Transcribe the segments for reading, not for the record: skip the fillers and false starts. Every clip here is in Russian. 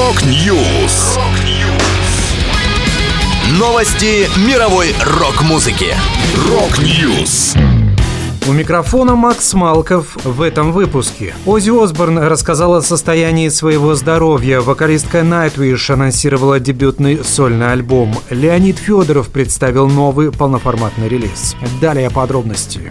Рок-Ньюс. Новости мировой рок-музыки. Рок-Ньюс. У микрофона Макс Малков. В этом выпуске Оззи Осборн рассказал о состоянии своего здоровья. Вокалистка Nightwish анонсировала дебютный сольный альбом. Леонид Федоров представил новый полноформатный релиз. Далее подробности.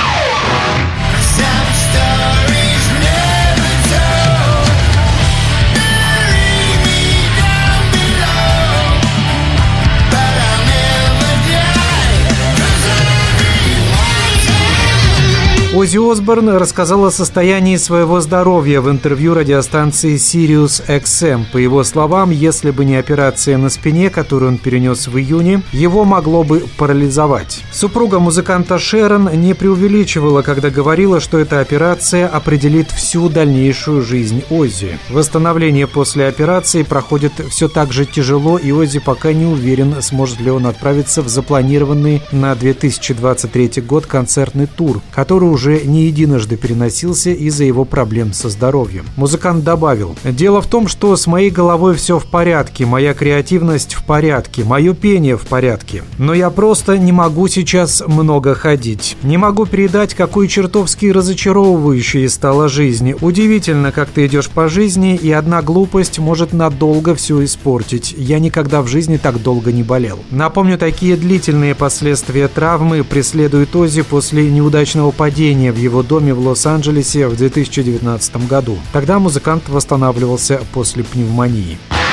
Оззи Осборн рассказал о состоянии своего здоровья в интервью радиостанции Sirius XM. По его словам, если бы не операция на спине, которую он перенес в июне, его могло бы парализовать. Супруга музыканта Шерон не преувеличивала, когда говорила, что эта операция определит всю дальнейшую жизнь Оззи. Восстановление после операции проходит все так же тяжело, и Оззи пока не уверен, сможет ли он отправиться в запланированный на 2023 год концертный тур, который уже не единожды переносился из-за его проблем со здоровьем. Музыкант добавил: «Дело в том, что с моей головой все в порядке, моя креативность в порядке, мое пение в порядке. Но я просто не могу сейчас много ходить. Не могу передать, какой чертовски разочаровывающей стала жизнь. Удивительно, как ты идешь по жизни, и одна глупость может надолго все испортить. Я никогда в жизни так долго не болел». Напомню, такие длительные последствия травмы преследуют Оззи после неудачного падения в его доме в Лос-Анджелесе в 2019 году. Тогда музыкант восстанавливался после пневмонии.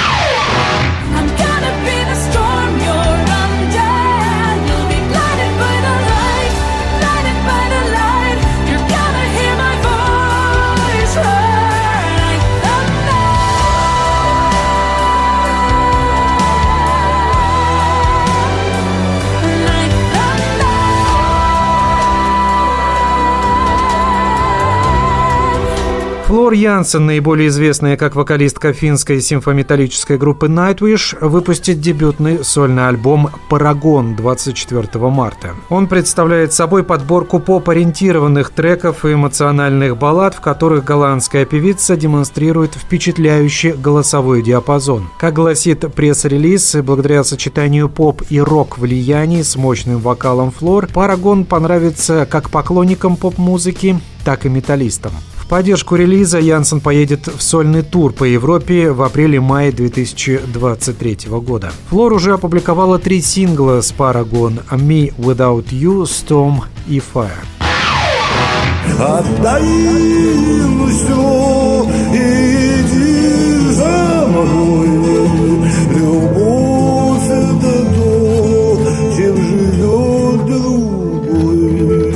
Флор Янсен, наиболее известная как вокалистка финской симфометаллической группы Nightwish, выпустит дебютный сольный альбом «Парагон» 24 марта. Он представляет собой подборку поп-ориентированных треков и эмоциональных баллад, в которых голландская певица демонстрирует впечатляющий голосовой диапазон. Как гласит пресс-релиз, благодаря сочетанию поп и рок-влияний с мощным вокалом Флор, «Парагон» понравится как поклонникам поп-музыки, так и металлистам. В поддержку релиза Янсен поедет в сольный тур по Европе в апреле-мае 2023 года. Флор уже опубликовала 3 сингла с «Парагон» – «Me Without You», «Storm» и «Fire». Отдай все, иди за мной, любовь это то, чем живет другой.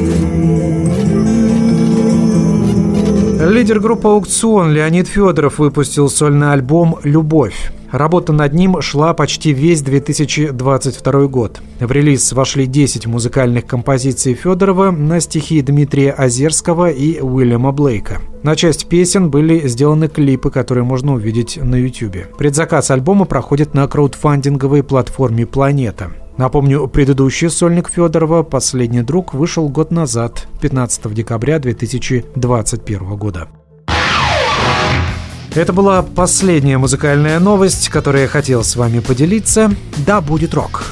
Лидер группы «Аукцион» Леонид Федоров выпустил сольный альбом «Любовь». Работа над ним шла почти весь 2022 год. В релиз вошли 10 музыкальных композиций Федорова на стихи Дмитрия Озерского и Уильяма Блейка. На часть песен были сделаны клипы, которые можно увидеть на YouTube. Предзаказ альбома проходит на краудфандинговой платформе «Планета». Напомню, предыдущий сольник Федорова «Последний друг» вышел год назад, 15 декабря 2021 года. Это была последняя музыкальная новость, которую я хотел с вами поделиться. Да будет рок!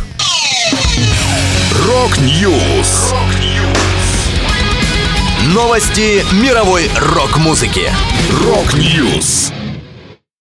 Рок-Ньюс. Новости мировой рок-музыки. Рок-Ньюс.